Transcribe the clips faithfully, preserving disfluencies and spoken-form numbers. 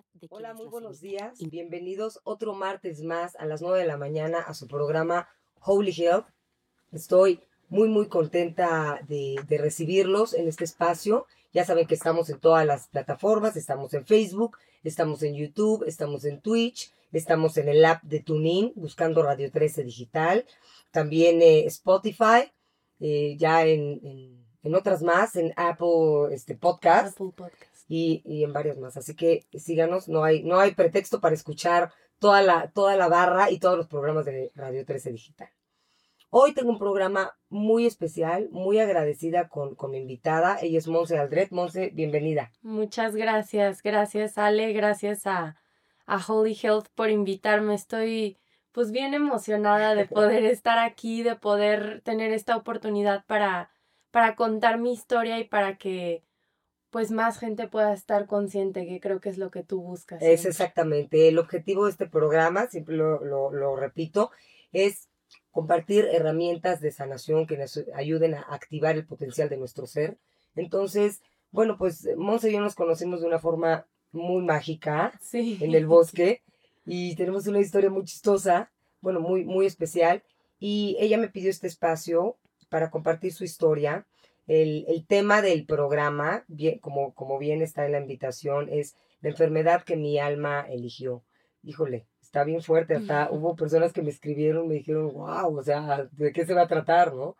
Hola, muy buenos días. Bienvenidos otro martes más a las nueve de la mañana a su programa Holy Health. Estoy muy, muy contenta de, de recibirlos en este espacio. Ya saben que estamos en todas las plataformas. Estamos en Facebook, estamos en YouTube, estamos en Twitch, estamos en el app de TuneIn, buscando Radio trece Digital. También eh, Spotify, eh, ya en, en, en otras más, en Apple este, Podcast. Apple Podcast. Y, y en varios más. Así que síganos, no hay, no hay pretexto para escuchar toda la, toda la barra y todos los programas de Radio trece Digital. Hoy tengo un programa muy especial, muy agradecida con, con mi invitada. Ella es Monse Aldret. Monse, bienvenida. Muchas gracias, gracias Ale, gracias a, a Holy Health por invitarme. Estoy pues bien emocionada de poder estar aquí, de poder tener esta oportunidad para, para contar mi historia y para que pues más gente pueda estar consciente, que creo que es lo que tú buscas. Es siempre. exactamente. El objetivo de este programa, siempre lo, lo, lo repito, es compartir herramientas de sanación que nos ayuden a activar el potencial de nuestro ser. Entonces, bueno, pues Monse y yo nos conocimos de una forma muy mágica Sí. en el bosque y tenemos una historia muy chistosa, bueno, muy, muy especial. Y ella me pidió este espacio para compartir su historia. El, el tema del programa, bien, como, como bien está en la invitación, es la enfermedad que mi alma eligió. Híjole, está bien fuerte. Hasta hubo personas que me escribieron, me dijeron, wow, o sea, ¿de qué se va a tratar, no?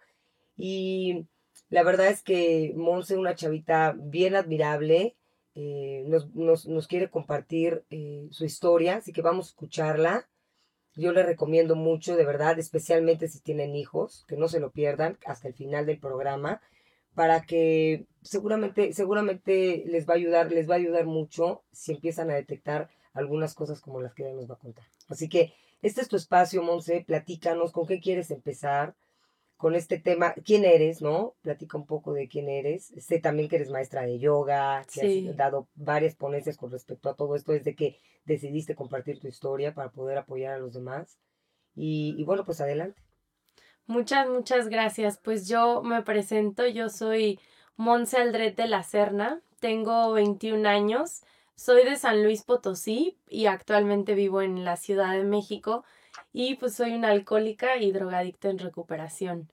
Y la verdad es que Monse, una chavita bien admirable, eh, nos, nos, nos quiere compartir eh, su historia, así que vamos a escucharla. Yo le recomiendo mucho, de verdad, especialmente si tienen hijos, que no se lo pierdan hasta el final del programa, para que seguramente, seguramente les va a ayudar, les va a ayudar mucho si empiezan a detectar algunas cosas como las que ella nos va a contar. Así que este es tu espacio, Monse, platícanos con qué quieres empezar con este tema, quién eres, ¿no? Platica un poco de quién eres. Sé también que eres maestra de yoga, que Sí. has dado varias ponencias con respecto a todo esto desde que decidiste compartir tu historia para poder apoyar a los demás. Y, y bueno, pues adelante. Muchas, muchas gracias. Pues yo me presento, yo soy Monse Aldret de la Serna, tengo veintiún años, soy de San Luis Potosí y actualmente vivo en la Ciudad de México y pues soy una alcohólica y drogadicta en recuperación.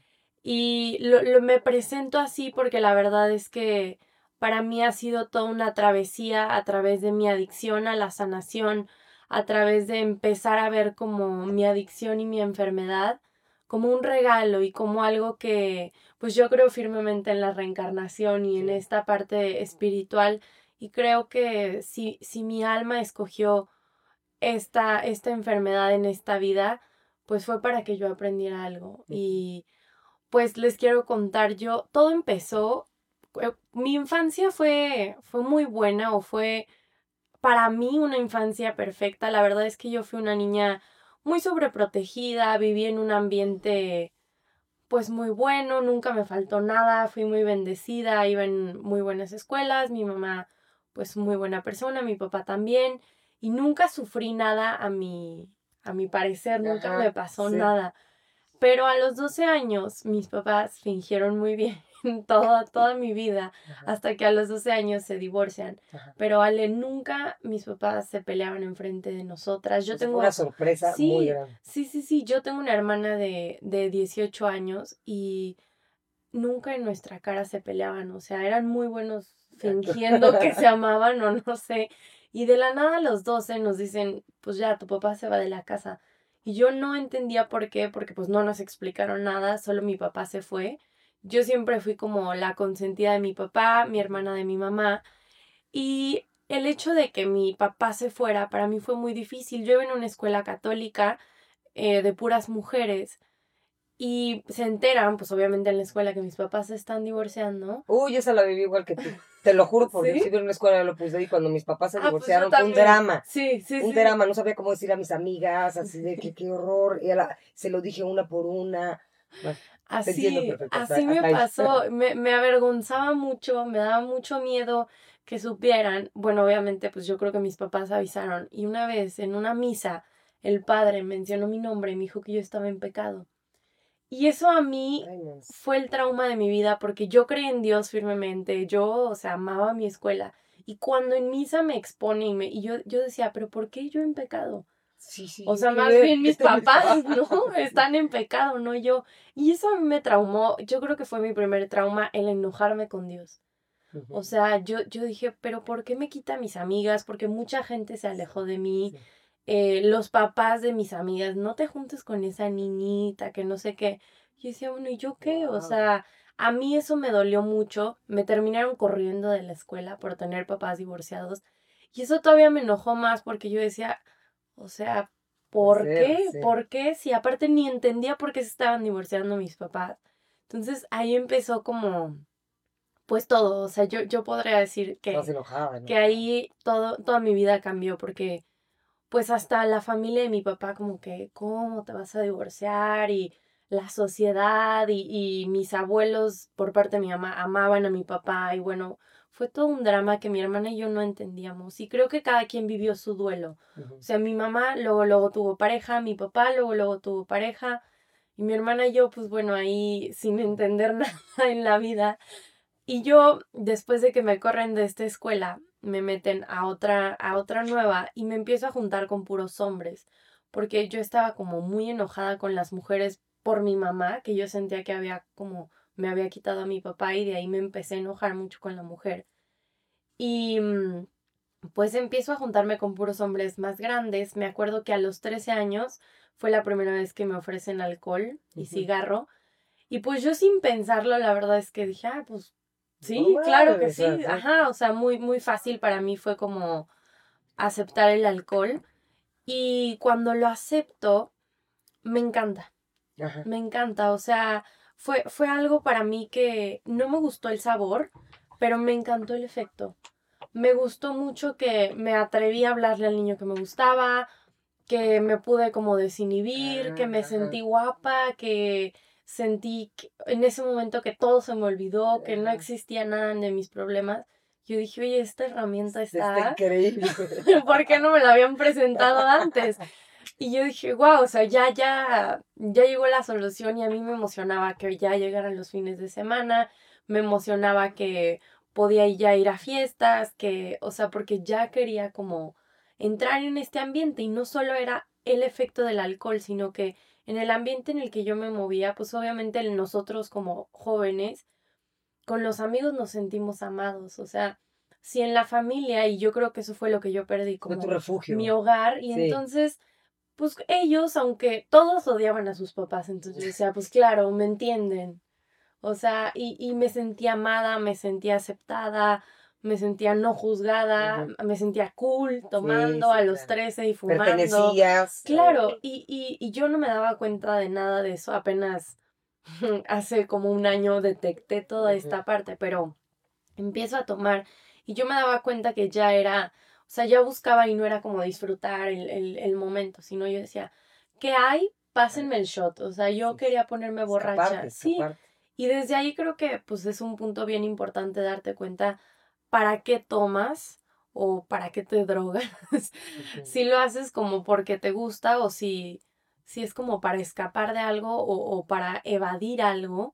Y lo, lo- me presento así porque la verdad es que para mí ha sido toda una travesía a través de mi adicción a la sanación, a través de empezar a ver como mi adicción y mi enfermedad como un regalo y como algo que pues yo creo firmemente en la reencarnación y en Sí. esta parte espiritual y creo que si, si mi alma escogió esta, esta enfermedad en esta vida, pues fue para que yo aprendiera algo. Y pues les quiero contar yo, todo empezó, eh, mi infancia fue, fue muy buena o fue para mí una infancia perfecta. La verdad es que yo fui una niña muy sobreprotegida, viví en un ambiente pues muy bueno, nunca me faltó nada, fui muy bendecida, iba en muy buenas escuelas, mi mamá pues muy buena persona, mi papá también, y nunca sufrí nada a mi, a mi parecer, nunca Ajá, me pasó sí. nada. Pero a los doce años mis papás fingieron muy bien toda, toda mi vida Ajá, hasta que a los doce años se divorcian. ajá. Pero Ale, nunca mis papás se peleaban enfrente de nosotras. Yo O sea, fue una tengo, sorpresa muy sí, grande. sí, sí, sí, yo tengo una hermana de, de dieciocho años y nunca en nuestra cara se peleaban. O sea, eran muy buenos fingiendo que se amaban o no sé. Y de la nada a los doce nos dicen, pues ya, tu papá se va de la casa. Y yo no entendía por qué, porque pues no nos explicaron nada, solo mi papá se fue. Yo siempre fui como la consentida de mi papá, mi hermana de mi mamá. Y el hecho de que mi papá se fuera para mí fue muy difícil. Yo iba en una escuela católica eh, de puras mujeres y se enteran, pues obviamente en la escuela, que mis papás se están divorciando. Uy, esa la viví igual que tú. Te lo juro por Dios, ¿Sí? sí, en una escuela de Opus Dei cuando mis papás se Ah, pues yo divorciaron, fue un también. drama. Sí, sí, Un sí. drama, no sabía cómo decir a mis amigas, así de que qué horror. Y a la- se lo dije una por una. Bueno, te entiendo Así, perfecto, hasta, así me hasta ahí. pasó. Me, me avergonzaba mucho, me daba mucho miedo que supieran. Bueno, obviamente, pues yo creo que mis papás avisaron. Y una vez en una misa, el padre mencionó mi nombre y me dijo que yo estaba en pecado. Y eso a mí Ay, no. fue el trauma de mi vida porque yo creí en Dios firmemente, yo, o sea, amaba mi escuela Y cuando en misa me expone y, me, y yo, yo decía, pero ¿por qué yo en pecado? Sí, sí. O sea, más bien mis papás, ¿no? Están en pecado, no yo. Y eso a mí me traumó. Yo creo que fue mi primer trauma, el enojarme con Dios. O sea, yo, yo dije, pero ¿por qué me quita a mis amigas? Porque mucha gente se alejó de mí. Sí. Eh, los papás de mis amigas, no te juntes con esa niñita, que no sé qué. Yo decía, bueno, ¿y yo qué? Wow. O sea, a mí eso me dolió mucho. Me terminaron corriendo de la escuela por tener papás divorciados. Y eso todavía me enojó más porque yo decía, o sea, ¿por Hacer, qué? sí. ¿Por qué? Si aparte ni entendía por qué se estaban divorciando mis papás. Entonces ahí empezó como, pues todo. O sea, yo, yo podría decir que, Estás enojada, ¿no? que ahí todo, toda mi vida cambió porque pues hasta la familia de mi papá como que, ¿cómo te vas a divorciar? Y la sociedad y, y mis abuelos por parte de mi mamá amaban a mi papá y bueno, fue todo un drama que mi hermana y yo no entendíamos y creo que cada quien vivió su duelo. Uh-huh. O sea, mi mamá luego luego tuvo pareja, mi papá luego luego tuvo pareja y mi hermana y yo pues bueno, ahí sin entender nada en la vida. Y yo, después de que me corren de esta escuela, me meten a otra, a otra nueva y me empiezo a juntar con puros hombres, porque yo estaba como muy enojada con las mujeres por mi mamá, que yo sentía que había como me había quitado a mi papá y de ahí me empecé a enojar mucho con la mujer. Y mm, pues empiezo a juntarme con puros hombres más grandes. Me acuerdo que a los trece años fue la primera vez que me ofrecen alcohol y Ujú. cigarro. Y pues yo sin pensarlo, la verdad es que dije, ah, pues sí, Normal, claro que o sea, sí. sí. Ajá, o sea, muy, muy fácil para mí fue como aceptar el alcohol. Y cuando lo acepto, me encanta, Ajá. me encanta. O sea, fue, fue algo para mí que no me gustó el sabor, pero me encantó el efecto. Me gustó mucho que me atreví a hablarle al niño que me gustaba, que me pude como desinhibir, que me Ajá. sentí guapa, que sentí que en ese momento que todo se me olvidó, que no Ajá. existía nada de mis problemas. Yo dije, oye, esta herramienta Está está, increíble. ¿por qué no me la habían presentado antes? Y yo dije, wow, o sea, ya, ya, ya llegó la solución y a mí me emocionaba que ya llegaran los fines de semana, me emocionaba que podía ya ir a fiestas, que, o sea, porque ya quería como entrar en este ambiente y no solo era el efecto del alcohol, sino que en el ambiente en el que yo me movía, pues obviamente nosotros como jóvenes, con los amigos nos sentimos amados, o sea, si en la familia, y yo creo que eso fue lo que yo perdí, Fue tu como refugio. mi hogar, y Sí. entonces pues ellos, aunque todos odiaban a sus papás, entonces yo decía, pues claro, me entienden. O sea, y, y me sentía amada, me sentía aceptada, me sentía no juzgada, Ujú. me sentía cool Sí, tomando sí, a los claro. trece y fumando. Pertenecías. Claro, eh, y, y, y yo no me daba cuenta de nada de eso, apenas hace como un año detecté toda Ujú. esta parte, pero empiezo a tomar y yo me daba cuenta que ya era, o sea, ya buscaba y no era como disfrutar el, el, el momento, sino yo decía, ¿qué hay? Pásenme el shot, o sea, yo Sí. quería ponerme borracha, Escaparte, sí, escaparte. y desde ahí creo que pues es un punto bien importante darte cuenta para qué tomas o para qué te drogas, Ujú. si lo haces como porque te gusta o si, si es como para escapar de algo o, o para evadir algo.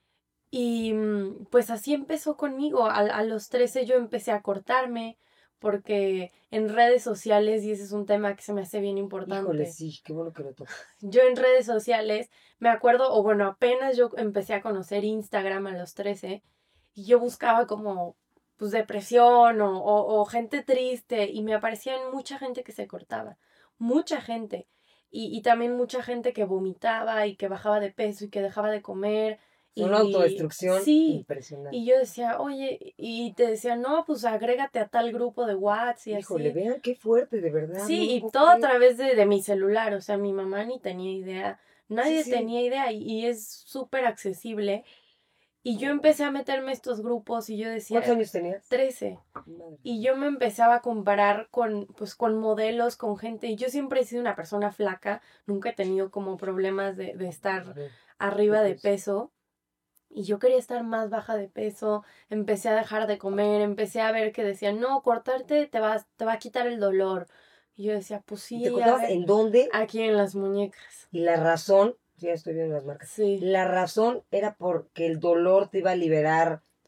Y mm, pues así empezó conmigo. A, a los trece yo empecé a cortarme porque en redes sociales, y ese es un tema que se me hace bien Híjole, importante, sí, qué bueno que lo tocas. yo en redes sociales me acuerdo, o bueno, apenas yo empecé a conocer Instagram a los trece y yo buscaba como pues depresión o, o, o gente triste y me aparecían mucha gente que se cortaba, mucha gente. Y, y también mucha gente que vomitaba y que bajaba de peso y que dejaba de comer. Es una Y autodestrucción sí, impresionante. y yo decía, oye, y te decía, no, pues agrégate a tal grupo de WhatsApp y Híjole, así. vean qué fuerte, de verdad. Sí, No lo y puedo todo a creer. través de, de mi celular, o sea, mi mamá ni tenía idea, Sí, nadie sí. tenía idea y, y es súper accesible. Y yo empecé a meterme a estos grupos y yo ¿Cuántos decía, años tenías? trece. Madre. Y yo me empezaba a comparar con, pues, con modelos, con gente. Y yo siempre he sido una persona flaca, nunca he tenido como problemas de, de estar Ujú. arriba de Pues, peso. Y yo quería estar más baja de peso, empecé a dejar de comer, empecé a ver que decían, no, cortarte te va, te va a quitar el dolor. Y yo decía, pues ¿y te sí, a contabas ver, en dónde? aquí en las muñecas. Y la razón, ya estoy viendo las marcas, Sí, la razón era porque el dolor te iba a liberar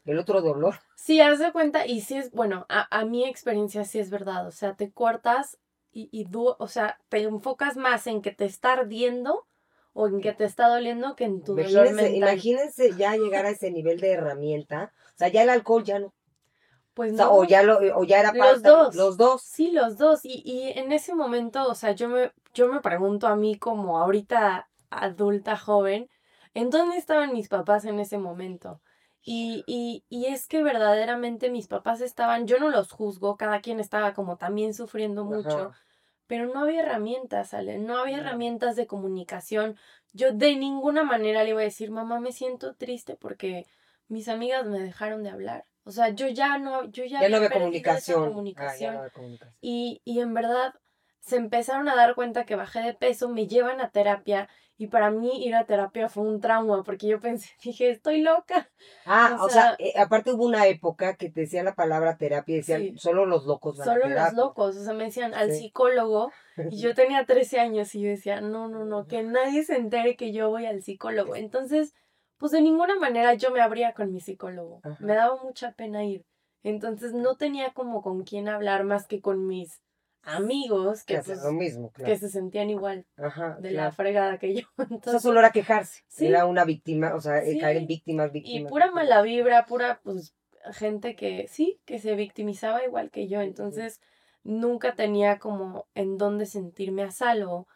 el otro dolor. Sí, haz de cuenta, y sí es, bueno, a, a mi experiencia sí es verdad, o sea, te cortas y, y du- o sea, te enfocas más en que te está ardiendo o en que te está doliendo que en tu dolor Imagínense, mental. imagínense ya llegar a ese nivel de herramienta. O sea, ya el alcohol ya no. Pues O sea, o no, ya lo, o ya era los parte, dos, los dos. sí, los dos, y, y en ese momento, o sea, yo me, yo me pregunto a mí como ahorita adulta joven, ¿en dónde estaban mis papás en ese momento? Y, y, y es que verdaderamente mis papás estaban, yo no los juzgo, cada quien estaba como también sufriendo mucho, Ajá. pero no había herramientas, Ale, no había No. herramientas de comunicación. Yo de ninguna manera le iba a decir, mamá, me siento triste porque mis amigas me dejaron de hablar. O sea, yo ya no, yo ya Ya no había había perdido esa comunicación. Ah, ya no comunicación. había comunicación. Y, y en verdad se empezaron a dar cuenta que bajé de peso, me llevan a terapia y para mí ir a terapia fue un trauma porque yo pensé, dije, estoy loca. Ah, O o sea, sea, eh, aparte hubo una época que te decían la palabra terapia y decían, sí, solo los locos van a solo los terapia. locos, o sea, me decían al Sí. psicólogo y yo tenía trece años y yo decía, no, no, no, que nadie se entere que yo voy al psicólogo. Entonces, pues de ninguna manera yo me abría con mi psicólogo, me Ajá. daba mucha pena ir. Entonces no tenía como con quién hablar más que con mis amigos Que que hacen lo pues mismo, que claro. se sentían igual Ajá, de la claro. fregada que yo. O sea, solo era Entonces, quejarse. Era sí, una víctima, o sea, eh, caer en sí. víctimas, Y víctimas, pura víctimas. mala vibra, pura, pues, gente que sí, que se victimizaba igual que yo. Ujú. Entonces, nunca tenía como en dónde sentirme a salvo.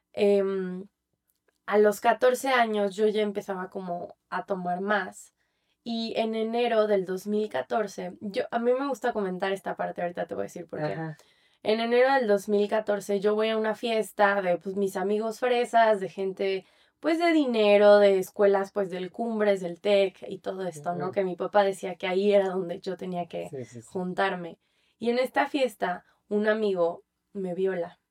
Em, a los catorce años yo ya empezaba como a tomar más. Y en enero del dos mil catorce, yo, a mí me gusta comentar esta parte, ahorita te voy a decir por qué. Ajá. En enero del dos mil catorce yo voy a una fiesta de pues mis amigos fresas, de gente pues de dinero, de escuelas pues del Cumbres, del TEC y todo esto, ¿no? Ujú. Que mi papá decía que ahí era donde yo tenía que Sí, sí, sí. juntarme. Y en esta fiesta un amigo me viola.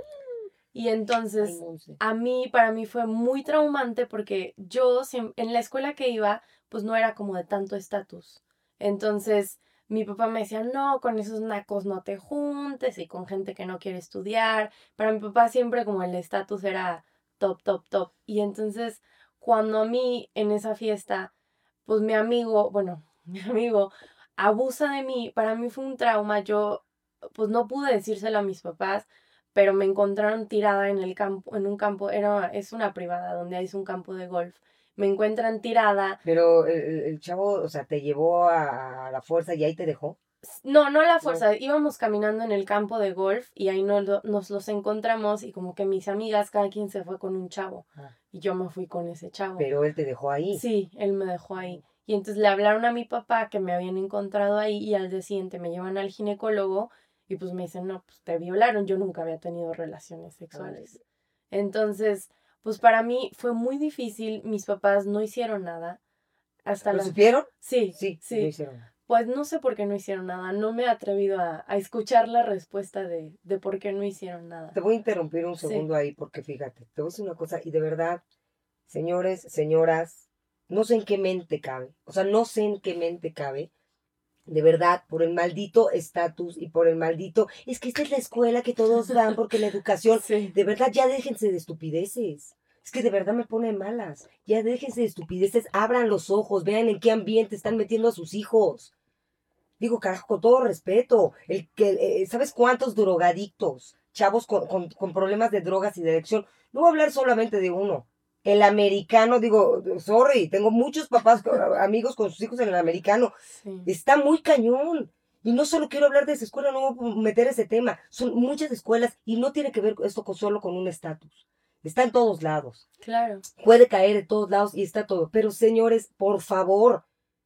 Y Ay, entonces Monse. a mí, para mí fue muy traumante porque yo siem- en la escuela que iba pues no era como de tanto estatus. Entonces mi papá me decía, no, con esos nacos no te juntes y con gente que no quiere estudiar. Para mi papá siempre como el estatus era top, top, top. Y entonces cuando a mí en esa fiesta, pues mi amigo, bueno, mi amigo abusa de mí, para mí fue un trauma. Yo pues no pude decírselo a mis papás, pero me encontraron tirada en el campo, en un campo, era, es una privada donde hay un campo de golf. Me encuentran tirada. Pero el, el- el chavo, o sea, te llevó a, a la fuerza y ahí te dejó. No, no a la No. fuerza. Íbamos caminando en el campo de golf y ahí nos, lo- nos los encontramos y como que mis amigas, cada quien se fue con un chavo Ah, y yo me fui con ese chavo. pero él te dejó ahí. Sí, él me dejó ahí. Y entonces le hablaron a mi papá que me habían encontrado ahí y al día siguiente me llevan al ginecólogo y pues me dicen, no, pues te violaron. Yo nunca había tenido relaciones Ay, sexuales. Entonces, pues para mí fue muy difícil. Mis papás no hicieron nada. Hasta ¿lo la... supieron? Sí, Sí, lo sí. hicieron. Pues no sé por qué no hicieron nada. No me he atrevido a, a escuchar la respuesta de, de por qué no hicieron nada. Te voy a interrumpir un Sí, segundo ahí porque fíjate, te voy a decir una cosa y de verdad, señores, señoras, no sé en qué mente cabe, o sea, no sé en qué mente cabe, de verdad, por el maldito estatus y por el maldito, es que esta es la escuela que todos van porque la educación, sí, de verdad, ya déjense de estupideces. Es que de verdad me pone malas. Ya déjense de estupideces, abran los ojos, vean en qué ambiente están metiendo a sus hijos. Digo, carajo, con todo respeto, el que, eh, ¿sabes cuántos drogadictos, chavos con, con, con problemas de drogas y de adicción? No voy a hablar solamente de uno. El americano, digo, sorry, tengo muchos papás, amigos con sus hijos en el americano. sí, Está muy cañón. Y no solo quiero hablar de esa escuela, no voy a meter ese tema. Son muchas escuelas y no tiene que ver esto con, solo con un estatus. Está en todos lados. claro. Puede caer de todos lados y está todo. Pero señores, por favor,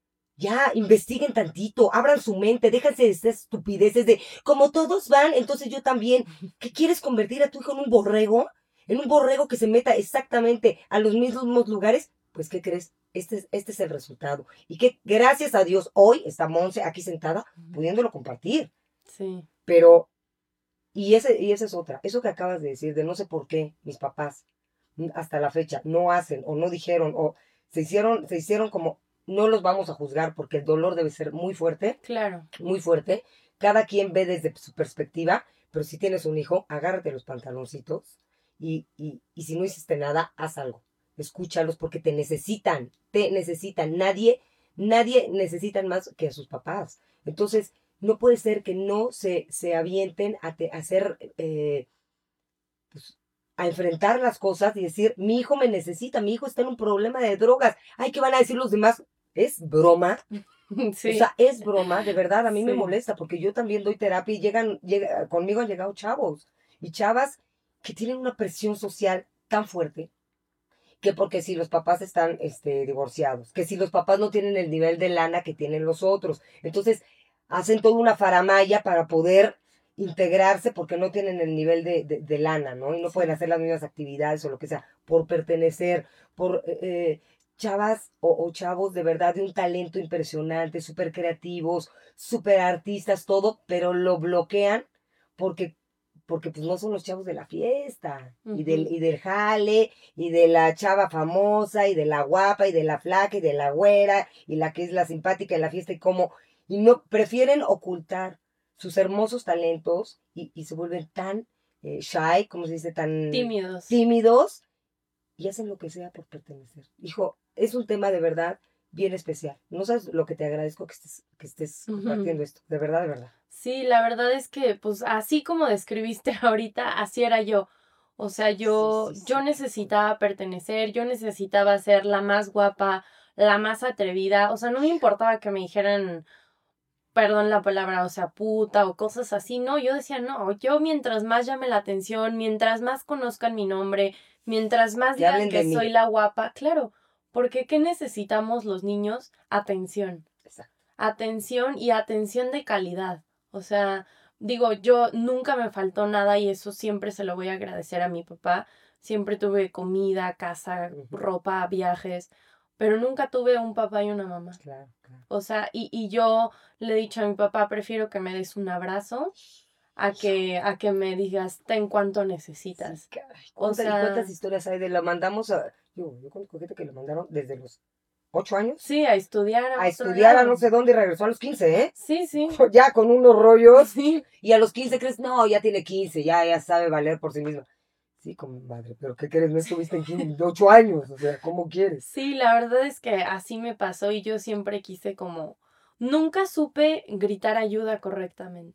ya, investiguen tantito, abran su mente, déjense de estas estupideces de como todos van, entonces yo también. ¿Qué quieres convertir a tu hijo en un borrego? ¿En un borrego que se meta exactamente a los mismos lugares? Pues, ¿qué crees? Este es, este es el resultado. Y que gracias a Dios hoy está Monse aquí sentada pudiéndolo compartir. Sí, Pero, y, ese, y esa es otra, eso que acabas de decir, de no sé por qué mis papás hasta la fecha no hacen o no dijeron o se hicieron, se hicieron como no los vamos a juzgar porque el dolor debe ser muy fuerte, claro. muy fuerte. Cada quien ve desde su perspectiva, pero si tienes un hijo, agárrate los pantaloncitos y, y, y si no hiciste nada, haz algo. Escúchalos porque te necesitan, te necesitan. Nadie, nadie necesitan más que a sus papás. Entonces, no puede ser que no se, se avienten a, te, a hacer, eh, pues, a enfrentar las cosas y decir, mi hijo me necesita, mi hijo está en un problema de drogas. Ay, ¿qué van a decir los demás? ¿Es broma? Sí. O sea, es broma, de verdad, a mí sí. me molesta porque yo también doy terapia y llegan, llega, conmigo han llegado chavos y chavas que tienen una presión social tan fuerte que porque si los papás están este, divorciados, que si los papás no tienen el nivel de lana que tienen los otros, entonces hacen toda una faramalla para poder integrarse porque no tienen el nivel de, de, de lana, ¿no? Y no sí. pueden hacer las mismas actividades o lo que sea, por pertenecer, por... Eh, chavas o, o chavos de verdad de un talento impresionante, súper creativos, súper artistas, todo, pero lo bloquean porque, porque pues no son los chavos de la fiesta, uh-huh. y, del, y del jale, y de la chava famosa, y de la guapa, y de la flaca, y de la güera, y la que es la simpática en la fiesta, y como, y no, prefieren ocultar sus hermosos talentos, y, y se vuelven tan eh, shy, como se dice, tan tímidos. tímidos, y hacen lo que sea por pertenecer. Hijo, es un tema de verdad bien especial. No sabes lo que te agradezco que estés, que estés uh-huh. compartiendo esto. De verdad, de verdad. Sí, la verdad es que, pues, así como describiste ahorita, así era yo. O sea, yo, sí, sí, sí, yo necesitaba pertenecer, yo necesitaba ser la más guapa, la más atrevida. O sea, no me importaba que me dijeran, perdón la palabra, o sea, puta o cosas así. No, yo decía, no, yo mientras más llame la atención, mientras más conozcan mi nombre, mientras más que digan que soy la guapa, claro, porque ¿qué necesitamos los niños? Atención. Exacto. Atención y atención de calidad. O sea, digo, yo nunca me faltó nada y eso siempre se lo voy a agradecer a mi papá. Siempre tuve comida, casa, uh-huh. ropa, viajes, pero nunca tuve un papá y una mamá. Claro, claro. O sea, y, y yo le he dicho a mi papá, prefiero que me des un abrazo a que, a que me digas, ten cuánto necesitas. Sí, caray. O sea, ¿cuántas historias hay de la mandamos a... Yo, yo conozco gente que lo mandaron desde los ocho años. Sí, a estudiar a A estudiar lado. a no sé dónde y regresó a los quince, ¿eh? Sí, sí. Ya con unos rollos. Sí. Y a los quince crees, no, ya tiene quince, ya, ya sabe valer por sí misma. Sí, como madre, pero ¿qué quieres? No estuviste en quince, ocho años, o sea, ¿cómo quieres? Sí, la verdad es que así me pasó y yo siempre quise como... Nunca supe gritar ayuda correctamente.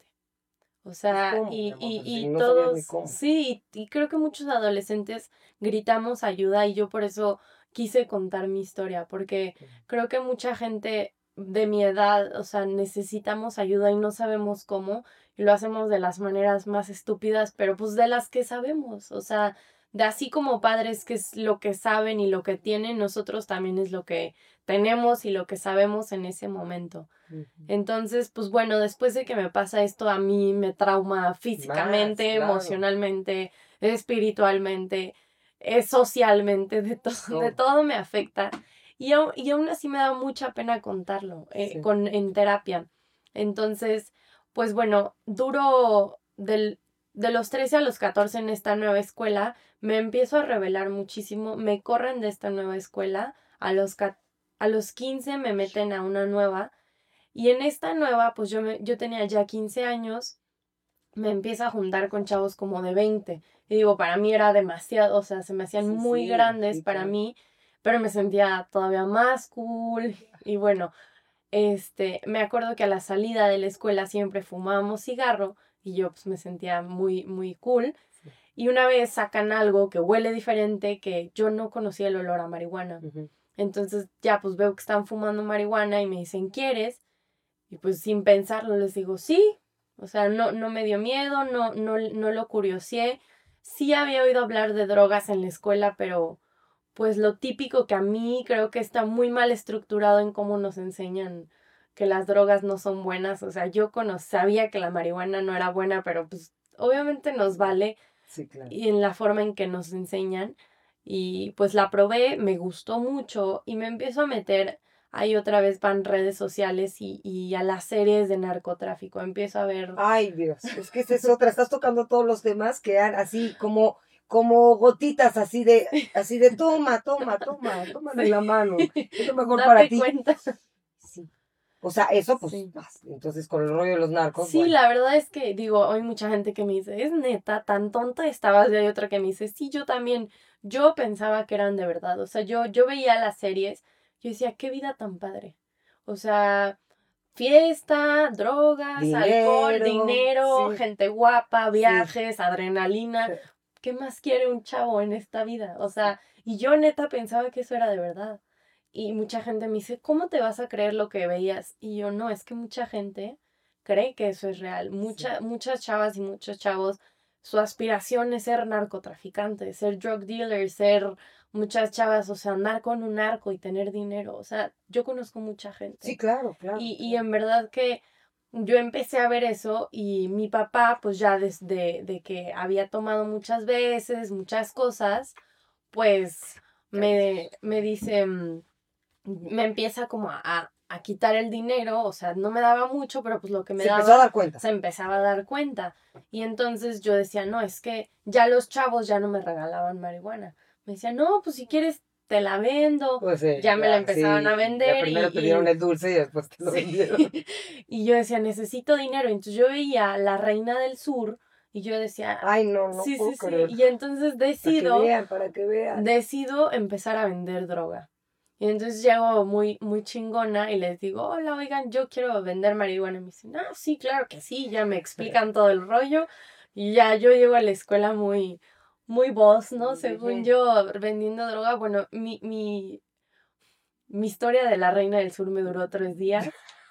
O sea, ¿Cómo, y, amor? y, Pues, y si no todos, cómo. sí, y, y creo que muchos adolescentes gritamos ayuda y yo por eso quise contar mi historia, porque sí. creo que mucha gente de mi edad, o sea, necesitamos ayuda y no sabemos cómo, y lo hacemos de las maneras más estúpidas, pero pues de las que sabemos, o sea, de así como padres que es lo que saben y lo que tienen, nosotros también es lo que tenemos y lo que sabemos en ese momento. Entonces, pues bueno, después de que me pasa esto, a mí me trauma físicamente, Más, claro. emocionalmente, espiritualmente, eh, socialmente, de, to- oh. de todo me afecta. Y, aún, y aún así me da mucha pena contarlo eh, sí. con, en terapia. Entonces, pues bueno, duro del, de los trece a los catorce en esta nueva escuela, me empiezo a rebelar muchísimo, me corren de esta nueva escuela, a los, a los quince me meten a una nueva. Y en esta nueva, pues yo, me, yo tenía ya quince años, me empiezo a juntar con chavos como de veinte. Y digo, para mí era demasiado, o sea, se me hacían sí, muy sí, grandes sí, para claro. mí, pero me sentía todavía más cool. Y bueno, este, me acuerdo que a la salida de la escuela siempre fumábamos cigarro y yo pues me sentía muy, muy cool. Sí. Y una vez sacan algo que huele diferente, que yo no conocía el olor a marihuana. Uh-huh. Entonces ya pues veo que están fumando marihuana y me dicen, ¿quieres? Y pues sin pensarlo les digo, sí. O sea, no, no me dio miedo, no, no, no lo curioseé. Sí había oído hablar de drogas en la escuela, pero pues lo típico que a mí creo que está muy mal estructurado en cómo nos enseñan que las drogas no son buenas. O sea, yo cono- sabía que la marihuana no era buena, pero pues obviamente nos vale. Sí, claro. Y en la forma en que nos enseñan. Y pues la probé, me gustó mucho y me empiezo a meter... Ahí otra vez van redes sociales y, y a las series de narcotráfico. Empiezo a ver... Ay, Dios, es que esa es otra. Estás tocando todos los temas que han así como, como gotitas así de, así de toma, toma, toma, toma de sí. la mano. Es lo mejor Date para ti. cuenta. Sí. O sea, eso pues, sí. entonces con el rollo de los narcos. Sí, bueno. la verdad es que, digo, hay mucha gente que me dice, es neta, tan tonta estabas. Y hay otra que me dice, sí, yo también. Yo pensaba que eran de verdad. O sea, yo, yo veía las series... Yo decía, qué vida tan padre. O sea, fiesta, drogas, Dinero, alcohol, dinero, sí. gente guapa, Sí. viajes, adrenalina. Sí. ¿Qué más quiere un chavo en esta vida? O sea, y yo neta pensaba que eso era de verdad. Y mucha gente me dice, ¿cómo te vas a creer lo que veías? Y yo, no, es que mucha gente cree que eso es real. Mucha, Sí. Muchas chavas y muchos chavos, su aspiración es ser narcotraficante, ser drug dealer, ser muchas chavas, o sea, andar con un narco y tener dinero. O sea, yo conozco mucha Sí, gente. claro, claro. Y, y claro. en verdad que yo empecé a ver eso y mi papá, pues ya desde de que había tomado muchas veces, muchas cosas, pues me, me dice, mm, me empieza como a, a, a quitar el dinero, o sea, no me daba mucho, pero pues lo que me Se daba empezó a dar cuenta. se empezaba a dar cuenta. Y entonces yo decía, no, es que ya los chavos ya no me regalaban marihuana. Me decían, no, pues si quieres te la vendo. Pues sí, Ya me la ya, empezaban sí, a ya vender primero y, te dieron y el dulce y después te lo sí. vendieron. Y yo decía, necesito dinero. Entonces yo veía La Reina del Sur y yo decía, Ay, no, no sí, puedo sí, sí. creer. Y entonces Para que decido, vean, para que vean. decido empezar a vender droga. Y entonces llego muy, muy chingona y les digo, hola, oigan, yo quiero vender marihuana. Y me dicen, ah, sí, claro que sí. Ya me explican todo el rollo. Y ya yo llego a la escuela muy, muy boss, ¿no? Según Ujú. yo, vendiendo droga. Bueno, mi, mi, mi historia de La Reina del Sur me duró tres días.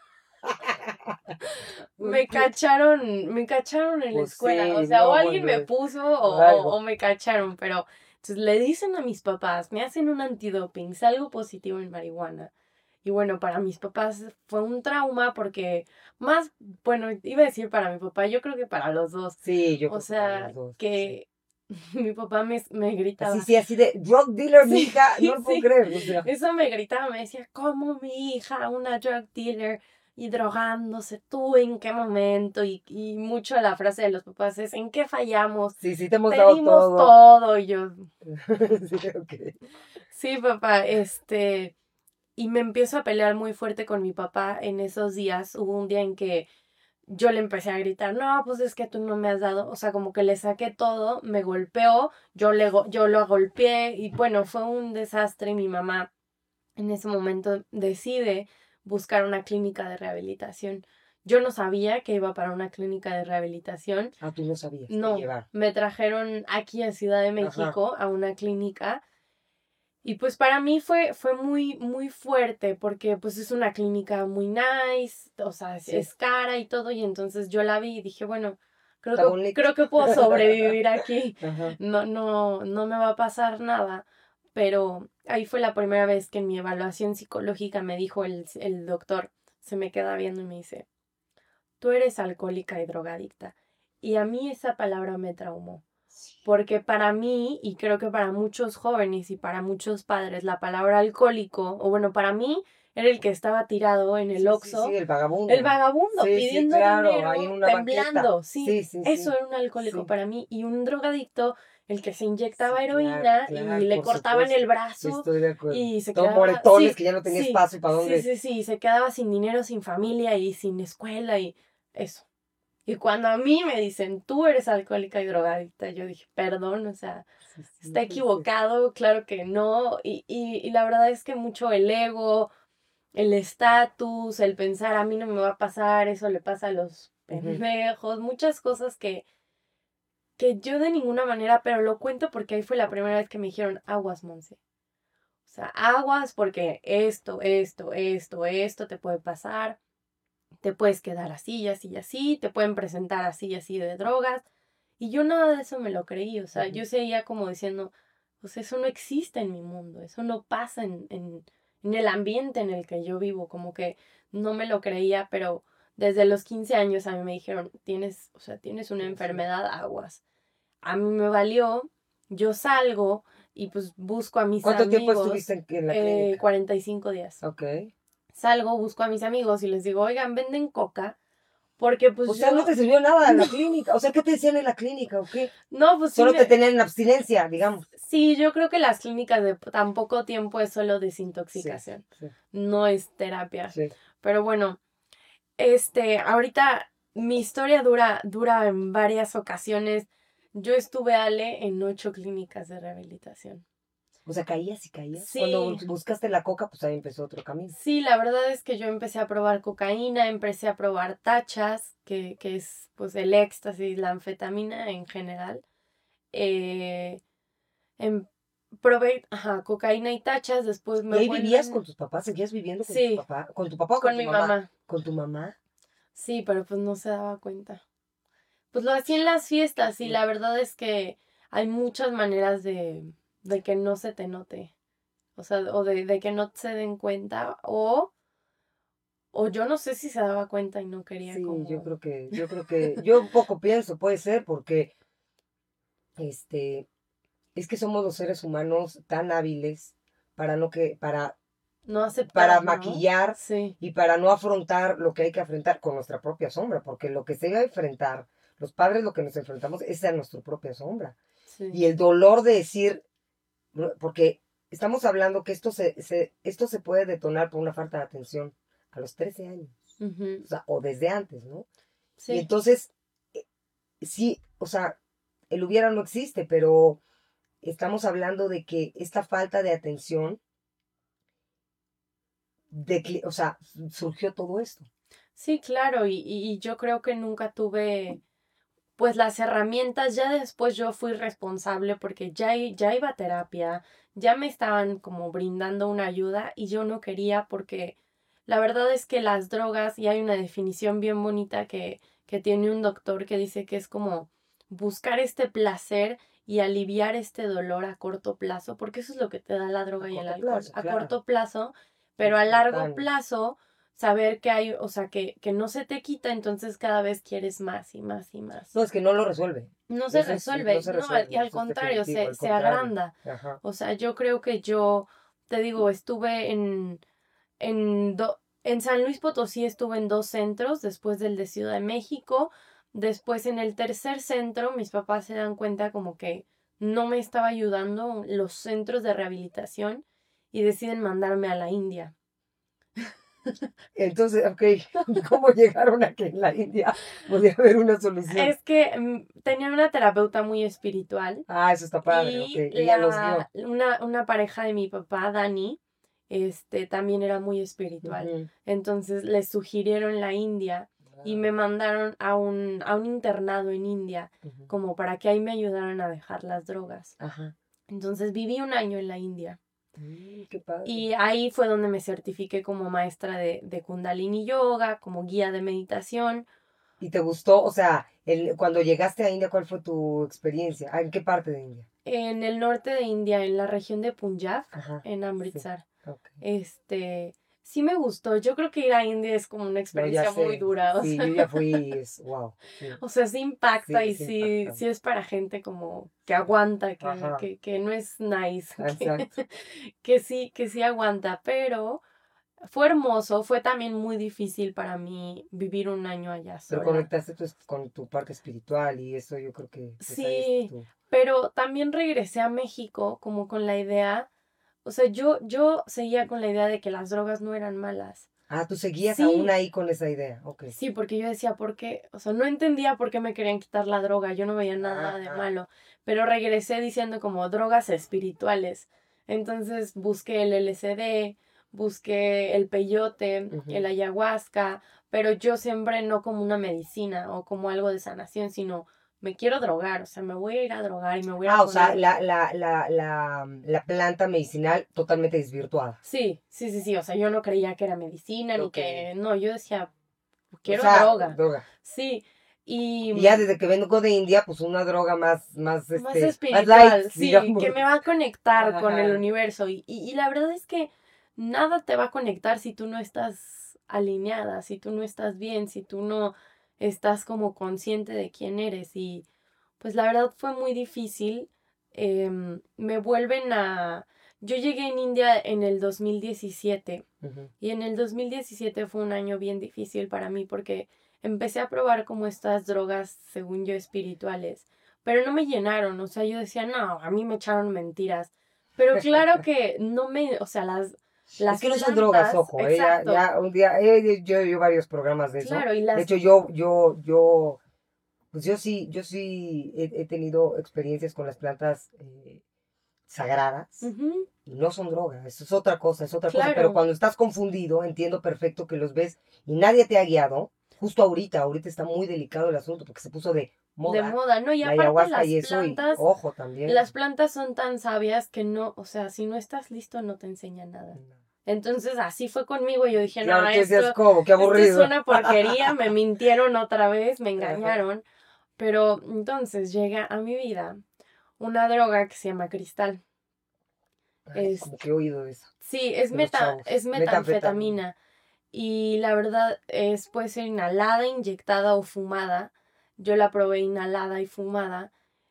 ¿Por Me qué? cacharon, me cacharon en la Pues escuela, o sí, sea, o no, alguien me pues puso o, o, algo. o me cacharon, pero entonces le dicen a mis papás, me hacen un antidoping, salgo positivo en marihuana. Y bueno, para mis papás fue un trauma porque más, bueno, iba a decir para mi papá, yo creo que para los dos. Sí, yo O creo que para sea, los dos, sí. que mi papá me, me Así, gritaba, sí, así de drug dealer, mi sí, hija, no lo puedo sí, creer, o sea. eso me gritaba, me decía, ¿cómo mi hija, una drug dealer y drogándose? ¿Tú en qué momento? Y, y mucho la frase de los papás es, ¿en qué fallamos? Sí, sí, te hemos Te dado dimos todo. todo. Y yo, Sí, ok. sí, papá, este, y me empiezo a pelear muy fuerte con mi papá en esos días. Hubo un día en que yo le empecé a gritar, no, pues es que tú no me has dado, o sea, como que le saqué todo, me golpeó, yo, le, go- yo lo golpeé y bueno, fue un desastre. Mi mamá en ese momento decide buscar una clínica de rehabilitación. Yo no sabía que iba para una clínica de rehabilitación. Ah, tú no sabías, te No, llevaron. me trajeron aquí a Ciudad de Ajá. México a una clínica y pues para mí fue, fue muy, muy fuerte porque pues es una clínica muy nice, o sea, es, Sí. es cara y todo y entonces yo la vi y dije, bueno, creo Está que, bonito. creo que puedo sobrevivir aquí, Ajá. no, no, no me va a pasar nada, pero ahí fue la primera vez que en mi evaluación psicológica me dijo el, el doctor, se me queda viendo y me dice, tú eres alcohólica y drogadicta. Y a mí esa palabra me traumó. Porque para mí, y creo que para muchos jóvenes y para muchos padres, la palabra alcohólico, o bueno, para mí, era el que estaba tirado en el Sí, sí, Oxxo, sí, el vagabundo. el vagabundo, Sí, sí, pidiendo claro, ahí en dinero, una banqueta. temblando. Sí, Sí, sí, eso sí. era un alcohólico Sí, para mí. Y un drogadicto, el que se inyectaba sí, claro, heroína y claro, le por cortaban supuesto. el brazo Estoy de acuerdo. y se Todos quedaba, moretones sí, que ya no tenía sí, espacio para sí, dónde. sí, sí, se quedaba sin dinero, sin familia y sin escuela y eso. Y cuando a mí me dicen, tú eres alcohólica y drogadicta, yo dije, perdón, o sea, Sí, sí, está no puede ser. equivocado, claro que no. Y, y, y la verdad es que mucho el ego, el estatus, el pensar a mí no me va a pasar, eso le pasa a los Ujú. pendejos, muchas cosas que, que yo de ninguna manera, pero lo cuento porque ahí fue la primera vez que me dijeron aguas, Monse. O sea, aguas porque esto, esto, esto, esto te puede pasar, te puedes quedar así y así y así, te pueden presentar así y así de drogas. Y yo nada de eso me lo creí, o sea, Ujú. yo seguía como diciendo, pues eso no existe en mi mundo, eso no pasa en, en, en el ambiente en el que yo vivo, como que no me lo creía, pero desde los quince años a mí me dijeron, tienes, o sea, tienes una Sí, sí. enfermedad, aguas. A mí me valió, yo salgo y pues busco a mis ¿Cuánto tiempo amigos, estuviste en, en la eh, clínica? cuarenta y cinco días. Ok. Salgo, busco a mis amigos y les digo, oigan, venden coca, porque pues O sea, no yo, te sirvió nada en no, la clínica. O sea, ¿qué te decían en la clínica o qué? no, pues sí Solo te me, tenían en abstinencia, digamos. sí, yo creo que las clínicas de tan poco tiempo es solo Sí, desintoxicación, sí, no es terapia. sí. Pero bueno, este, ahorita mi historia dura, dura en varias ocasiones. Yo estuve, Ale, en ocho clínicas de rehabilitación. O sea, caías y caías. Sí. Cuando buscaste la coca, pues ahí empezó otro camino. Sí, la verdad es que yo empecé a probar cocaína, empecé a probar tachas, que, que es pues el éxtasis, la anfetamina en general. Eh, em- probé ajá, cocaína y tachas, después me ¿Y ahí vivías vuelven... con tus papás? ¿Seguías viviendo con Sí, tus papás? ¿Con tu papá o con, con tu mi mamá? mamá. ¿Con tu mamá? Sí, pero pues no se daba cuenta. Pues lo hacía en las fiestas y la verdad es que hay muchas maneras de, de que no se te note. O sea, o de, de que no se den cuenta o, o yo no sé si se daba cuenta y no quería Sí, yo como... creo que, yo creo que, yo un poco pienso, puede ser, porque este, es que somos los seres humanos tan hábiles para no que, para, No para aceptar, ¿no? maquillar Sí, y para no afrontar lo que hay que afrontar con nuestra propia sombra, porque lo que se debe enfrentar, los padres lo que nos enfrentamos es a nuestra propia sombra. sí. Y el dolor de decir, ¿no? Porque estamos hablando que esto se, se, esto se puede detonar por una falta de atención a los trece años, Ujú, o sea, o desde antes, ¿no? Y sí, entonces, eh, sí, o sea, el hubiera no existe, pero estamos hablando de que esta falta de atención, de, o sea, surgió todo esto. sí, claro. Y, y y yo creo que nunca tuve pues las herramientas. Ya después yo fui responsable porque ya, i- ya iba a terapia, ya me estaban como brindando una ayuda y yo no quería porque la verdad es que las drogas, y hay una definición bien bonita que, que tiene un doctor que dice que es como buscar este placer y aliviar este dolor a corto plazo, porque eso es lo que te da la A droga y el corto alcohol, plazo, a claro. corto plazo, pero a largo Instantáneo. plazo saber que hay, o sea, que, que no se te quita, entonces cada vez quieres más y más y más. No, es que no lo resuelve. No se Eso es, no resuelve, se no, al- y resuelve, al eso es contrario, definitivo, se, al se contrario. agranda. Ajá. O sea, yo creo que yo, te digo, estuve en, en, do- en San Luis Potosí, estuve en dos centros, después del de Ciudad de México, después en el tercer centro, mis papás se dan cuenta como que no me estaba ayudando los centros de rehabilitación y deciden mandarme a la India. Entonces, ok, ¿cómo llegaron a que en la India podía haber una solución? Es que mm, tenían una terapeuta muy espiritual. Ah, eso está padre, ok. Y Ella los la, guió. una, una pareja de mi papá, Dani, este, también era muy espiritual. Ujú. Entonces les sugirieron la India y me Ah, mandaron a un, a un internado en India, ujú. como para que ahí me ayudaran a dejar las drogas. Ajá. Entonces viví un año en la India. Mm, qué padre. Y ahí fue donde me certifiqué como maestra de, de Kundalini Yoga, como guía de meditación. ¿Y te gustó? O sea, el, cuando llegaste a India, ¿cuál fue tu experiencia? Ah, ¿en qué parte de India? En el norte de India, en la región de Punjab, Ajá, en sí, Amritsar. ok. Este, sí me gustó. Yo creo que ir a India es como una No, ya experiencia muy sé. dura. O Sí, sea, yo ya fui, es, wow, sí, o sea, sí impacta sí, y es sí, sí impactante. es para gente como que aguanta, que, Ajá, que, que no es nice, que, exacto. que sí, que sí aguanta. Pero fue hermoso, fue también muy difícil para mí vivir un año allá Pero sola. conectaste pues, con tu parte espiritual y eso yo creo que pues ahí está Sí, tú. pero también regresé a México como con la idea, o sea, yo, yo seguía con la idea de que las drogas no eran malas. Ah, tú seguías aún Sí, ahí con esa idea, ok. sí, porque yo decía, ¿por qué? O sea, no entendía por qué me querían quitar la droga, yo no veía nada de Ajá, malo, pero regresé diciendo como drogas espirituales. Entonces busqué el L S D, busqué el peyote, el ujú. ayahuasca, pero yo siempre no como una medicina o como algo de sanación, sino me quiero drogar, o sea, me voy a ir a drogar y me voy a Ah, o sea, poner... la, la, la, la, la planta medicinal totalmente desvirtuada. Sí, sí, sí, sí, o sea, yo no creía que era medicina ni Ok. que... No, yo decía, O quiero sea, droga. droga. Sí, y... Y ya desde que vengo de India, pues una droga más, más, Más este, más light, espiritual, sí, digamos. que me va a conectar con el Ajá. universo. Y, y, y la verdad es que nada te va a conectar si tú no estás alineada, si tú no estás bien, si tú no estás como consciente de quién eres. Y pues la verdad fue muy difícil. Em, me vuelven a... Yo llegué en India en el dos mil diecisiete Ujú. y en el dos mil diecisiete fue un año bien difícil para mí porque empecé a probar como estas drogas, según yo, espirituales, pero no me llenaron, o sea, yo decía, no, a mí me echaron mentiras, pero claro que no me, o sea, las, Es las que no son drogas, plantas, ojo, eh, ya, exacto, ya un día, eh, yo he oído varios programas de eso. claro, y De las, hecho, yo, yo, yo, pues yo sí, yo sí he, he tenido experiencias con las plantas, eh, sagradas. Ujú. Y no son drogas, eso es otra cosa, es otra cosa. Claro. Pero cuando estás confundido, entiendo perfecto que los ves y nadie te ha guiado. Justo ahorita, ahorita está muy delicado el asunto porque se puso de De moda moda, ¿no? Y la aparte ayahuasca las y eso, y plantas, ojo también. las plantas son tan sabias que no, o sea, si no estás listo no te enseña nada. Entonces así fue conmigo, yo dije, Claro, no, tú decías, esto, ¿cómo? Qué esto es aburrido. una porquería, me mintieron otra vez, me Ajá. engañaron. Pero entonces llega a mi vida una droga que se llama cristal. Ay, Es, como que he oído de eso, sí, es, de los meta, chavos. es Metanfetamina. metanfetamina. Y la verdad es, puede ser inhalada, inyectada o fumada. Yo la probé inhalada y fumada.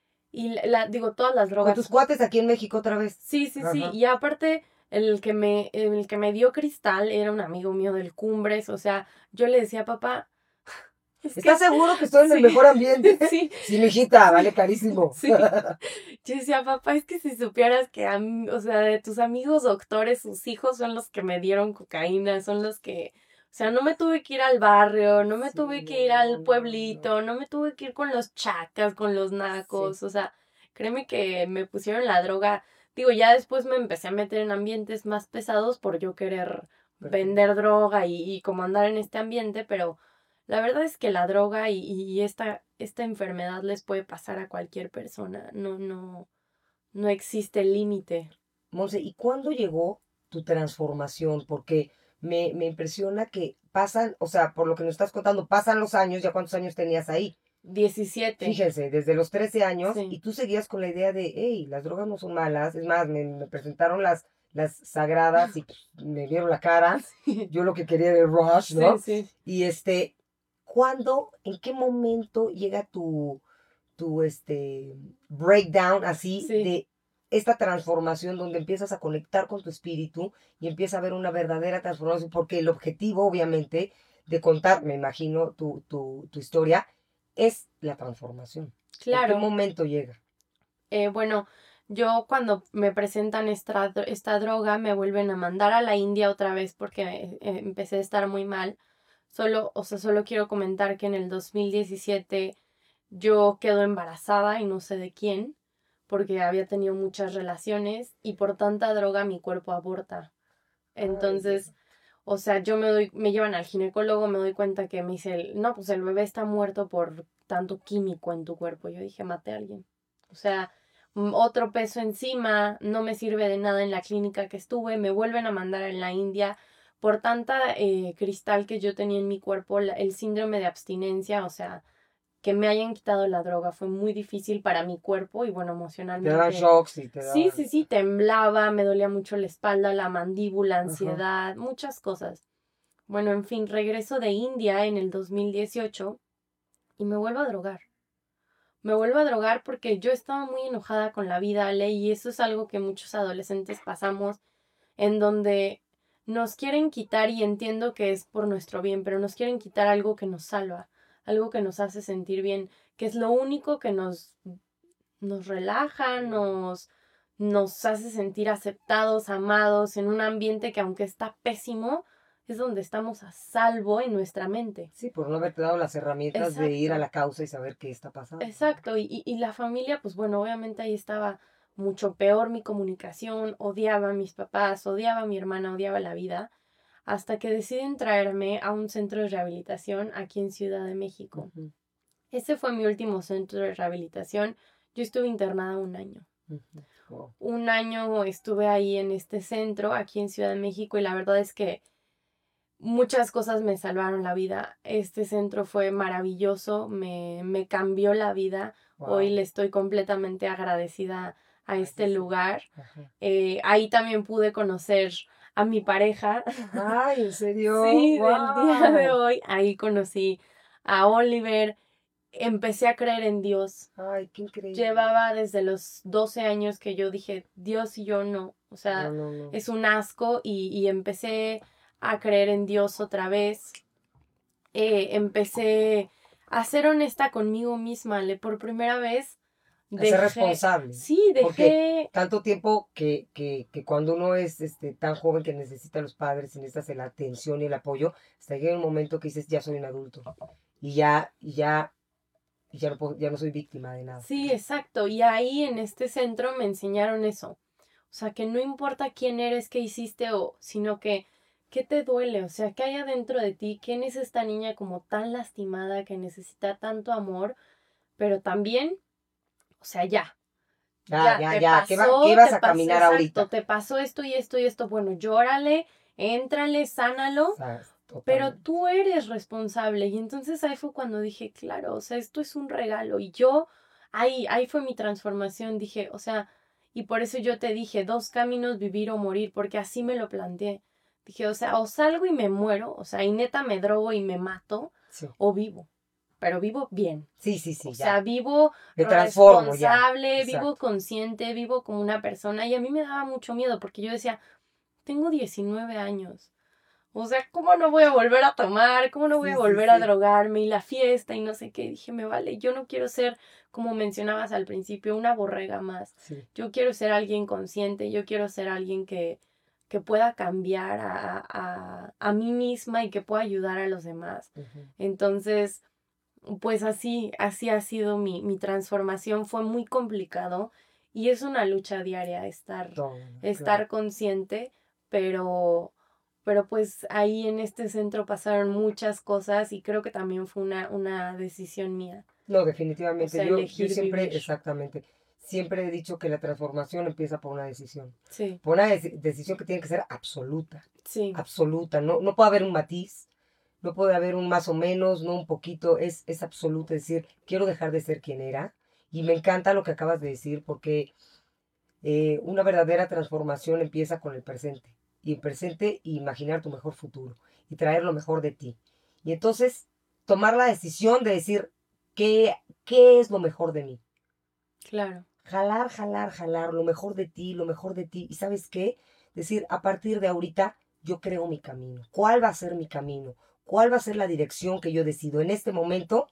Y la, la- digo, todas las Con drogas. tus cuates aquí en México otra vez. Sí, sí, sí. Ajá. Y aparte, el que me, el que me dio cristal era un amigo mío del Cumbres. O sea, yo le decía, papá, es ¿Estás que seguro que estoy en el sí, mejor ambiente? sí, Sí, mijita, sí, vale carísimo. sí. Yo decía, papá, es que si supieras que, a mí- o sea, de tus amigos doctores, sus hijos son los que me dieron cocaína, son los que, o sea, no me tuve que ir al barrio, no me Sí, tuve no, que ir no, al no, pueblito, no me tuve que ir con los chacas, con los Sí, nacos, o sea, créeme que me pusieron la droga. Digo, ya después me empecé a meter en ambientes más pesados por yo querer perfecto. vender droga y, y como andar en este ambiente, pero la verdad es que la droga y, y esta, esta enfermedad les puede pasar a cualquier persona. No, no, no existe límite. Monse, ¿y cuándo llegó tu transformación? Porque me, me impresiona que pasan, o sea, por lo que nos estás contando, pasan los años, ¿ya cuántos años tenías ahí? Diecisiete. Fíjense, desde los trece años, Sí. y tú seguías con la idea de, hey, las drogas no son malas. Es más, me, me presentaron las, las sagradas y pues, me vieron la cara. Yo lo que quería era el rush, ¿no? Sí, sí. Y este, ¿cuándo, en qué momento llega tu, tu este, breakdown así Sí. de esta transformación donde empiezas a conectar con tu espíritu y empieza a haber una verdadera transformación? Porque el objetivo, obviamente, de contar, me imagino, tu, tu, tu historia, es la transformación. ¿En qué Claro. momento llega? Eh, bueno, yo cuando me presentan esta, dro- esta droga me vuelven a mandar a la India otra vez porque eh, eh, empecé a estar muy mal. Solo, o sea, solo quiero comentar que en el dos mil diecisiete yo quedo embarazada y no sé de quién, porque había tenido muchas relaciones y por tanta droga mi cuerpo aborta. Entonces, o sea, yo me doy, me llevan al ginecólogo, me doy cuenta que me dice, el- no, pues el bebé está muerto por tanto químico en tu cuerpo. Yo dije, maté a alguien. O sea, mm, otro peso encima, no me sirve de nada en la clínica que estuve, me vuelven a mandar en la India por tanta eh, cristal que yo tenía en mi cuerpo, la- el síndrome de abstinencia, o sea, que me hayan quitado la droga fue muy difícil para mi cuerpo y bueno, Te daban emocionalmente. shocks y te Sí, daban... sí, sí, temblaba, me dolía mucho la espalda, la mandíbula, Ajá. ansiedad, muchas cosas. Bueno, en fin, regreso de India en el dos mil dieciocho y me vuelvo a drogar. Me vuelvo a drogar porque yo estaba muy enojada con la vida, Ale, y eso es algo que muchos adolescentes pasamos, en donde nos quieren quitar, y entiendo que es por nuestro bien, pero nos quieren quitar algo que nos salva, algo que nos hace sentir bien, que es lo único que nos, nos relaja, nos, nos hace sentir aceptados, amados, en un ambiente que aunque está pésimo, es donde estamos a salvo en nuestra mente. Sí, por no haberte dado las herramientas de ir a Exacto. la causa y saber qué está pasando. Exacto, y, y, y la familia, pues bueno, obviamente ahí estaba mucho peor mi comunicación, odiaba a mis papás, odiaba a mi hermana, odiaba la vida, hasta que deciden traerme a un centro de rehabilitación aquí en Ciudad de México. Ujú, Ese fue mi último centro de rehabilitación. Yo estuve internada un año. ujú. Wow. Un año estuve ahí en este centro, aquí en Ciudad de México, y la verdad es que muchas cosas me salvaron la vida. Este centro fue maravilloso, me, me cambió la vida. Hoy Wow. le estoy completamente agradecida a este sí, sí. lugar. Ajá. Eh, ahí también pude conocer a mi pareja. Ay, ¿en serio? Sí, del día de Wow. hoy. Ahí conocí a Oliver. Empecé a creer en Dios. Ay, qué increíble. Llevaba desde los doce años que yo dije, Dios y yo no. O sea, No, no, no. es un asco y, y empecé a creer en Dios otra vez. Eh, empecé a ser honesta conmigo misma. Le, por primera vez A ser dejé... responsable. Sí, Porque dejé... tanto tiempo que, que, que cuando uno es este, tan joven que necesita a los padres y necesitas la atención y el apoyo, hasta llega un momento que dices, ya soy un adulto. Y ya, y ya, y ya no, puedo- ya no soy víctima de nada. Sí, exacto. Y ahí en este centro me enseñaron eso. sea, que no importa quién eres, qué hiciste, o, sino que, ¿qué te duele? O sea, ¿qué hay adentro de ti? ¿Quién es esta niña como tan lastimada que necesita tanto amor? Pero también, o sea, ya. Ya, Ya, ya, te ya. ¿Qué, va, qué pasó, vas te a pasó, caminar exacto, ahorita? te pasó esto y esto y esto. Bueno, llórale, éntrale, sánalo, O sea, pero totalmente. tú eres responsable. Y entonces ahí fue cuando dije, claro, o sea, esto es un regalo. Y yo, ahí, ahí fue mi transformación. Dije, o sea, y por eso yo te dije, dos caminos, vivir o morir, porque así me lo planteé. Dije, o sea, o salgo y me muero, o sea, y neta me drogo y me mato, Sí, o vivo, pero vivo bien. sí, sí, O sí, sea, ya. vivo Me transformo, ya. responsable, vivo Exacto. consciente, vivo como una persona. Y a mí me daba mucho miedo porque yo decía, tengo diecinueve años. O sea, ¿cómo no voy a volver a tomar? ¿Cómo no voy a Sí, sí, volver a sí. drogarme? Y la fiesta y no sé qué. Dije, me vale, yo no quiero ser, como mencionabas al principio, una borrega más. Sí. Yo quiero ser alguien consciente, yo quiero ser alguien que, que pueda cambiar a, a, a mí misma y que pueda ayudar a los demás. Ujú. Entonces, pues así, así ha sido mi, mi transformación. Fue muy complicado y es una lucha diaria estar, Todo, claro. estar consciente, pero, pero pues ahí en este centro pasaron muchas cosas y creo que también fue una, una decisión mía. No, O definitivamente. sea, Yo, yo elegir vivir. siempre, exactamente, siempre he dicho que la transformación empieza por una decisión. Sí, Por una deci- decisión que tiene que ser absoluta. sí, Absoluta. No, no puede haber un matiz, no puede haber un más o menos, no un poquito. Es, es absoluto. Es decir, quiero dejar de ser quien era. Y me encanta lo que acabas de decir porque eh, una verdadera transformación empieza con el presente. Y el presente, imaginar tu mejor futuro y traer lo mejor de ti. Y entonces, tomar la decisión de decir, ¿qué, qué es lo mejor de mí? claro. Jalar, jalar, jalar, lo mejor de ti, lo mejor de ti. ¿Y sabes qué? Decir, a partir de ahorita, yo creo mi camino. ¿Cuál va a ser mi camino? ¿Cuál va a ser la dirección que yo decido en este momento?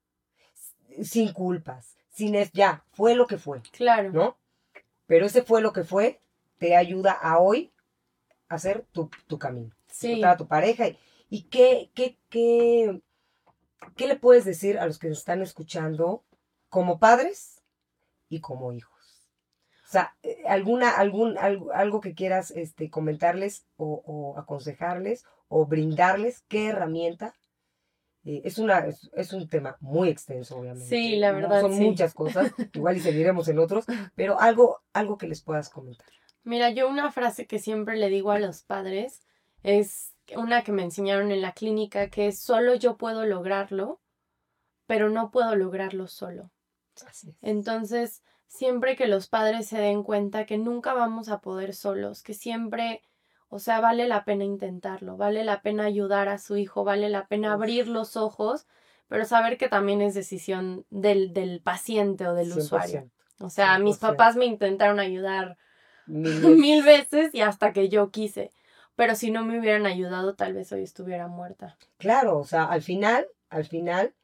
Sin culpas, sin es, ya, fue lo que fue, Claro. ¿no? Pero ese fue lo que fue, te ayuda a hoy a hacer tu, tu camino, encontrar Sí. a tu pareja. ¿Y, y qué, qué, qué, qué le puedes decir a los que nos están escuchando como padres y como hijos? O sea, eh, alguna, algún, algo, algo que quieras este, comentarles o, o aconsejarles o brindarles, qué herramienta. Eh, es, una, es, es un tema muy extenso, Sí, obviamente. la Mu- verdad, Son sí. muchas cosas, igual y seguiremos en otros, pero algo, algo que les puedas comentar. Mira, yo una frase que siempre le digo a los padres es una que me enseñaron en la clínica, que es solo yo puedo lograrlo, pero no puedo lograrlo solo. Así es. Entonces, siempre que los padres se den cuenta que nunca vamos a poder solos, que siempre, o sea, vale la pena intentarlo, vale la pena ayudar a su hijo, vale la pena abrir Uf, los ojos, pero saber que también es decisión del, del paciente o del cien por usuario. ciento, O sea, cien mis por ciento. papás me intentaron ayudar Mil mil veces. veces y hasta que yo quise. Pero si no me hubieran ayudado, tal vez hoy estuviera muerta. Claro, o sea, al final, al final,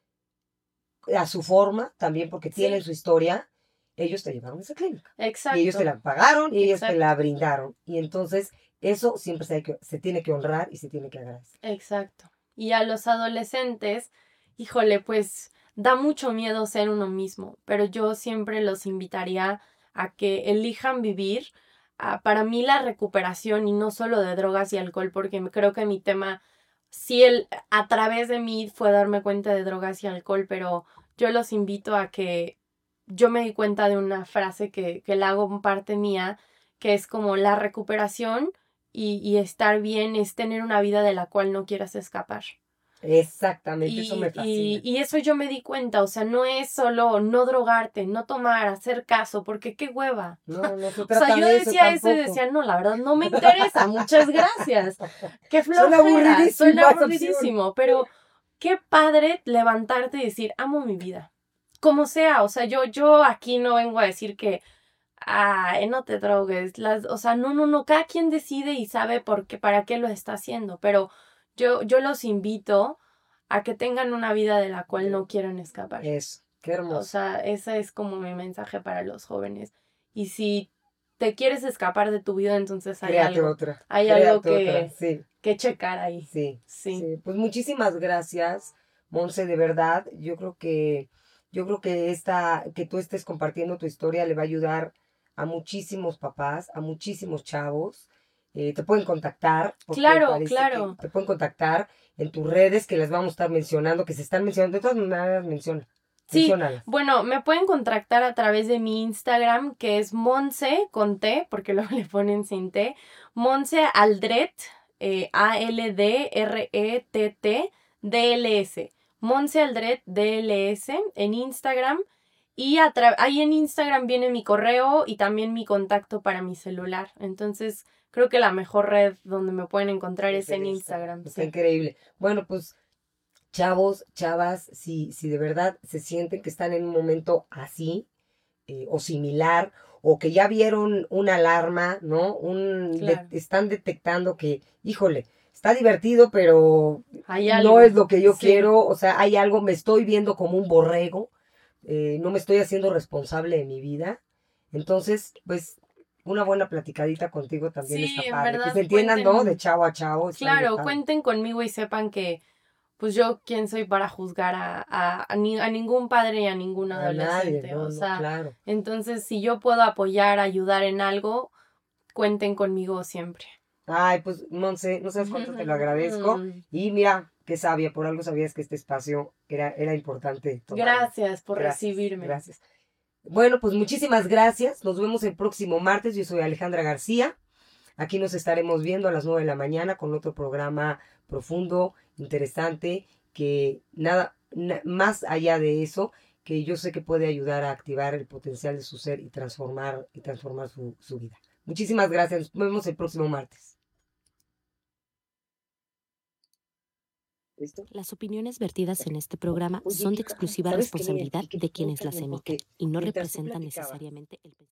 a su forma, también porque tienen Sí, su historia, ellos te llevaron a esa clínica. Y ellos te exacto, la pagaron y ellos te exacto, la brindaron. Y entonces, eso siempre se, hay que, se tiene que honrar y se tiene que agradecer. exacto. Y a los adolescentes, híjole, pues da mucho miedo ser uno mismo, pero yo siempre los invitaría a que elijan vivir. Ah, para mí la recuperación y no solo de drogas y alcohol, porque creo que mi tema, sí, el, a través de mí fue darme cuenta de drogas y alcohol, pero yo los invito a que yo me di cuenta de una frase que, que la hago parte mía, que es como la recuperación y, y estar bien es tener una vida de la cual no quieras escapar. Exactamente, eso Y, me y, fascina. y eso yo me di cuenta, o sea, no es solo no drogarte, no tomar, hacer caso, porque qué hueva. No, no se O sea, trata yo de eso decía eso y tampoco. decía, no, la verdad no me interesa, muchas gracias. Qué Suena flojera, suena aburridísima esa opción. aburridísimo, pero qué padre levantarte y decir, amo mi vida. Como sea, o sea, yo, yo aquí no vengo a decir que, ay, no te drogues, las, o sea, no, no, no, cada quien decide y sabe por qué, para qué lo está haciendo, pero yo, yo los invito a que tengan una vida de la cual no quieran escapar. Eso, qué O hermoso. sea, ese es como mi mensaje para los jóvenes. Y si te quieres escapar de tu vida, entonces hay Créate algo, otra, hay algo créate otra, que, sí. que checar ahí. Sí, Sí, sí, pues muchísimas gracias, Monse, de verdad. Yo creo que, yo creo que esta, que tú estés compartiendo tu historia le va a ayudar a muchísimos papás, a muchísimos chavos. Eh, te pueden contactar. Porque Claro, parece claro. que te pueden contactar en tus redes que las vamos a estar mencionando, que se están mencionando. De todas maneras, menciona. Sí, Menciónalas. bueno, me pueden contactar a través de mi Instagram, que es Monse con T, porque luego le ponen sin T. Monse Aldret, eh, A L D R E T T, D L S. Monse Aldret, D L S, en Instagram. Y a tra- ahí en Instagram viene mi correo y también mi contacto para mi celular. Entonces, creo que la mejor red donde me pueden encontrar es en Instagram. Está Sí. increíble. Bueno, pues, chavos, chavas, si, si de verdad se sienten que están en un momento así, eh, o similar, o que ya vieron una alarma, ¿no? Un, de- Claro. están detectando que, híjole, está divertido, pero Hay no algo. es lo que yo Sí. quiero, o sea, hay algo, me estoy viendo como un borrego, eh, no me estoy haciendo responsable de mi vida. Entonces, pues, una buena platicadita contigo también Sí, está en padre. Que verdad, se entiendan, ¿no? cuenten. De chavo a chavo. Está bien Claro, padre. cuenten conmigo y sepan que, pues yo, ¿quién soy para juzgar a, a, a, ni- a ningún padre y a ningún A nadie, adolescente? no, O no, sea, claro. entonces, si yo puedo apoyar, ayudar en algo, cuenten conmigo siempre. Ay, pues, Monse, no sabes cuánto te lo agradezco. Y mira, qué sabia, por algo sabías que este espacio era, era importante tomar. Gracias por Gracias, recibirme. Gracias. Bueno, pues muchísimas gracias. Nos vemos el próximo martes. Yo soy Alejandra García. Aquí nos estaremos viendo a las nueve de la mañana con otro programa profundo, interesante, que nada na- más allá de eso, que yo sé que puede ayudar a activar el potencial de su ser y transformar, y transformar su, su vida. Muchísimas gracias. Nos vemos el próximo martes. ¿Listo? Las opiniones vertidas en este programa Oye, son de hija, exclusiva ¿sabes qué? Mira, responsabilidad y que de te quienes cuenta las bien, emiten porque y no mientras tú representan platicabas, necesariamente el pensamiento.